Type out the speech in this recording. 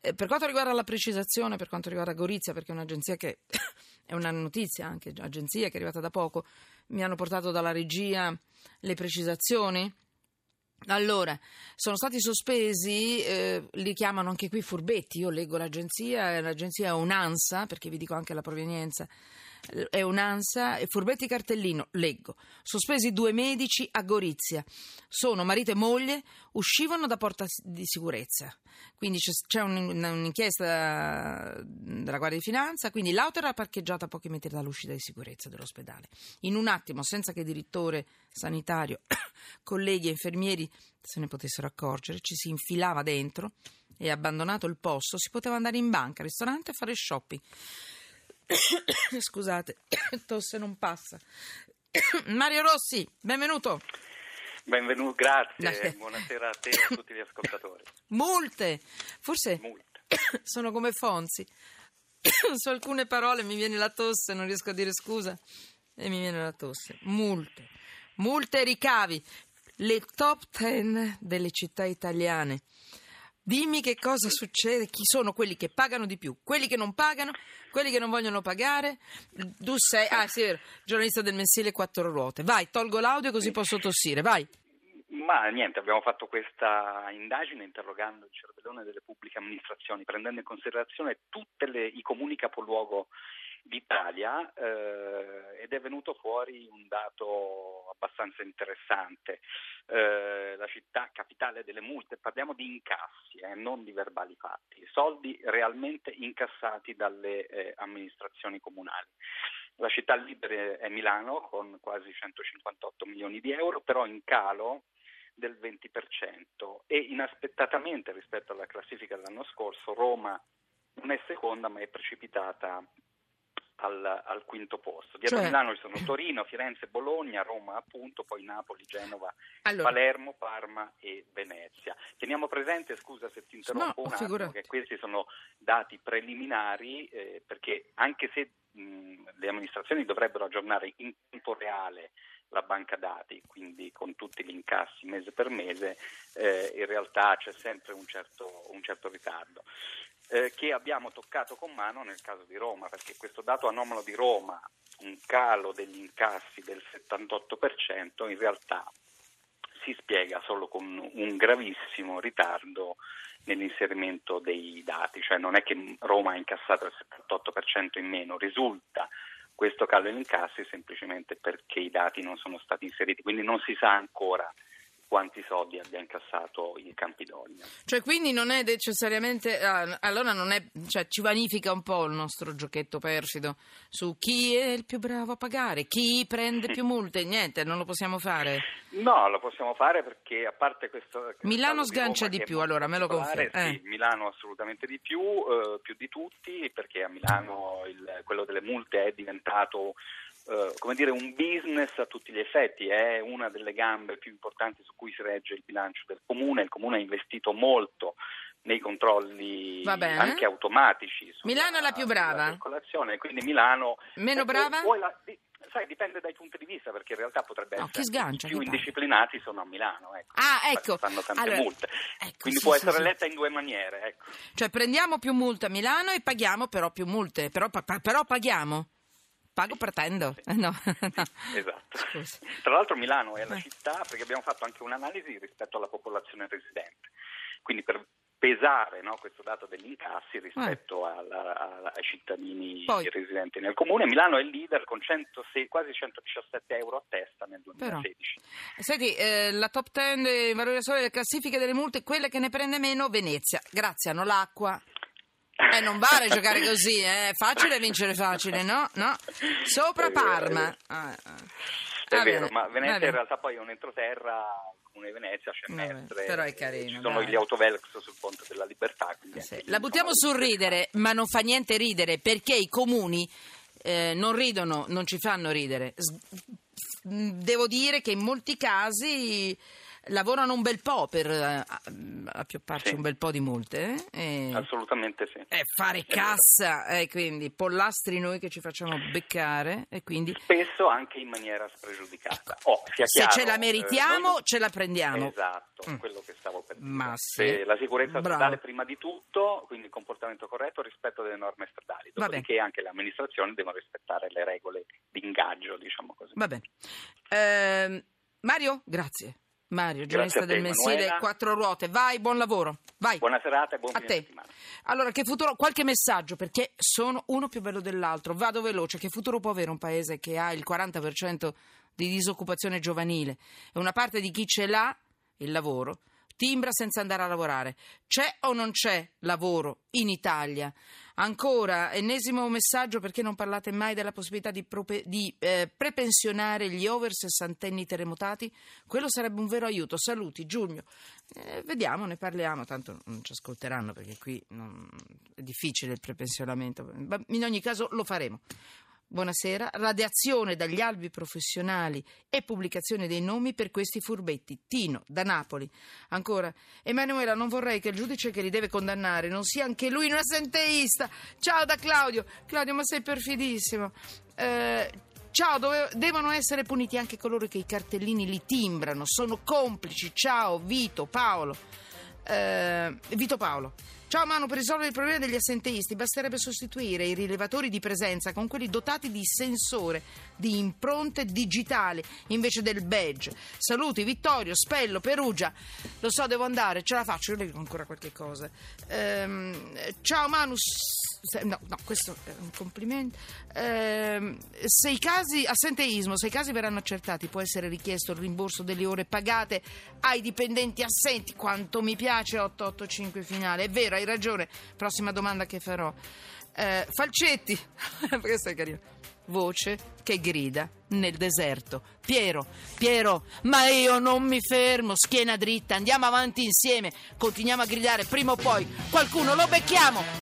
Per quanto riguarda la precisazione, per quanto riguarda Gorizia, perché è un'agenzia che è una notizia, anche agenzia che è arrivata da poco, mi hanno portato dalla regia le precisazioni. Allora, sono stati sospesi, li chiamano anche qui furbetti, io leggo l'agenzia è un'ANSA, perché vi dico anche la provenienza, è un'ANSA, e furbetti cartellino, leggo, sospesi 2 medici a Gorizia, sono marito e moglie, uscivano da porta di sicurezza, quindi c'è un'inchiesta della Guardia di Finanza, quindi l'auto era parcheggiata a pochi metri dall'uscita di sicurezza dell'ospedale. In un attimo, senza che direttore sanitario, colleghi e infermieri se ne potessero accorgere, ci si infilava dentro e, abbandonato il posto, si poteva andare in banca, ristorante e fare shopping. Scusate, tosse non passa. Mario Rossi, benvenuto. Benvenuto, grazie. Buonasera a te e a tutti gli ascoltatori. Multe, forse sono come Fonzi. Su alcune parole mi viene la tosse, non riesco a dire scusa e mi viene la tosse. Multe e ricavi. Le top 10 delle città italiane. Dimmi che cosa succede, chi sono quelli che pagano di più, quelli che non pagano, quelli che non vogliono pagare. Tu sei, sì, vero, giornalista del mensile Quattro Ruote. Vai, tolgo l'audio così posso tossire, vai. Ma niente, abbiamo fatto questa indagine interrogando il cervellone delle pubbliche amministrazioni, prendendo in considerazione tutti i comuni capoluogo d'Italia, ed è venuto fuori un dato abbastanza interessante. La città capitale delle multe, parliamo di incassi, non di verbali fatti, soldi realmente incassati dalle amministrazioni comunali. La città leader è Milano con quasi 158 milioni di euro, però in calo del 20%, e inaspettatamente rispetto alla classifica dell'anno scorso Roma non è seconda ma è precipitata al quinto posto. Dietro Milano ci sono Torino, Firenze, Bologna, Roma appunto, poi Napoli, Genova, Palermo, Parma e Venezia. Teniamo presente, scusa se ti interrompo un attimo, che questi sono dati preliminari, perché anche se le amministrazioni dovrebbero aggiornare in tempo reale la banca dati, quindi con tutti gli incassi mese per mese, in realtà c'è sempre un certo ritardo. Che abbiamo toccato con mano nel caso di Roma, perché questo dato anomalo di Roma, un calo degli incassi del 78%, in realtà si spiega solo con un gravissimo ritardo nell'inserimento dei dati, cioè non è che Roma ha incassato il 78% in meno, risulta questo calo degli incassi semplicemente perché i dati non sono stati inseriti, quindi non si sa ancora quanti soldi abbia incassato il Campidoglio. Cioè quindi non è necessariamente, allora non è, cioè ci vanifica un po' il nostro giochetto perfido su chi è il più bravo a pagare, chi prende più multe, niente, non lo possiamo fare? No, lo possiamo fare perché a parte questo... Milano sgancia di più, allora me lo confermo. Sì, Milano assolutamente di più di tutti, perché a Milano quello delle multe è diventato come dire un business a tutti gli effetti, è una delle gambe più importanti su cui si regge il bilancio del comune. Il comune ha investito molto nei controlli anche automatici. Milano è la più brava? Circolazione, quindi Milano... Meno brava? Sai, dipende dai punti di vista, perché in realtà potrebbe essere chi sgancia, più indisciplinati sono a Milano. Ecco. Fanno tante multe. Quindi sì, può essere letta in due maniere. Ecco. Cioè prendiamo più multe a Milano e paghiamo però più multe, però paghiamo. Pago pretendo. No. Esatto. Scusi. Tra l'altro Milano è la città, perché abbiamo fatto anche un'analisi rispetto alla popolazione residente, quindi per pesare questo dato degli incassi rispetto ai cittadini residenti nel comune. Milano è il leader con quasi 117 euro a testa nel 2016. Però. Senti, la top 10 valorizzazione delle classifiche delle multe, quella che ne prende meno, Venezia. Grazie, hanno l'acqua. Non vale giocare così, è facile vincere facile, no? Sopra Parma. È vero, ma Venezia in realtà poi è un entroterra, il comune di Venezia c'è Mestre, però è carino, ci sono gli autovelox sul Ponte della Libertà. La buttiamo sul ridere, ma non fa niente ridere, perché i comuni non ridono, non ci fanno ridere. Devo dire che in molti casi lavorano un bel po' per appiopparci un bel po' di multe. Assolutamente sì. Fare cassa, quindi pollastri noi che ci facciamo beccare e quindi... Spesso anche in maniera spregiudicata. Se ce la meritiamo, ce la prendiamo. Esatto, quello che stavo per dire. Ma sì. La sicurezza stradale prima di tutto, quindi il comportamento corretto, il rispetto delle norme stradali. Dopodiché anche le amministrazioni devono rispettare le regole di ingaggio, diciamo così. Va bene. Mario, grazie. Mario, giornalista del mensile Quattro Ruote. Vai, buon lavoro. Vai. Buona serata e buon fine settimana. Allora, che futuro, qualche messaggio, perché sono uno più bello dell'altro. Vado veloce. Che futuro può avere un paese che ha il 40% di disoccupazione giovanile e una parte di chi ce l'ha, il lavoro, timbra senza andare a lavorare? C'è o non c'è lavoro in Italia? Ancora, ennesimo messaggio: perché non parlate mai della possibilità di prepensionare gli over sessantenni terremotati? Quello sarebbe un vero aiuto. Saluti, Giugno. Vediamo, ne parliamo, tanto non ci ascolteranno perché qui è difficile il prepensionamento. In ogni caso lo faremo. Buonasera. Radiazione dagli albi professionali e pubblicazione dei nomi per questi furbetti. Tino, da Napoli. Ancora, Emanuela, non vorrei che il giudice che li deve condannare non sia anche lui un assenteista. Ciao da Claudio. Claudio, ma sei perfidissimo. Ciao, devono essere puniti anche coloro che i cartellini li timbrano, sono complici. Ciao, Vito Paolo. Ciao Manu, per risolvere il problema degli assenteisti basterebbe sostituire i rilevatori di presenza con quelli dotati di sensore, di impronte digitali invece del badge. Saluti, Vittorio, Spello, Perugia. Lo so, devo andare, ce la faccio, io leggo ancora qualche cosa. Ciao Manu, no, questo è un complimento. Se i casi assenteismo, se i casi verranno accertati, può essere richiesto il rimborso delle ore pagate ai dipendenti assenti. Quanto mi piace 885 finale, è vero, hai ragione. Prossima domanda che farò. Falcetti, questo è carino. Voce che grida nel deserto. Piero, ma io non mi fermo, schiena dritta, andiamo avanti insieme, continuiamo a gridare, prima o poi qualcuno lo becchiamo.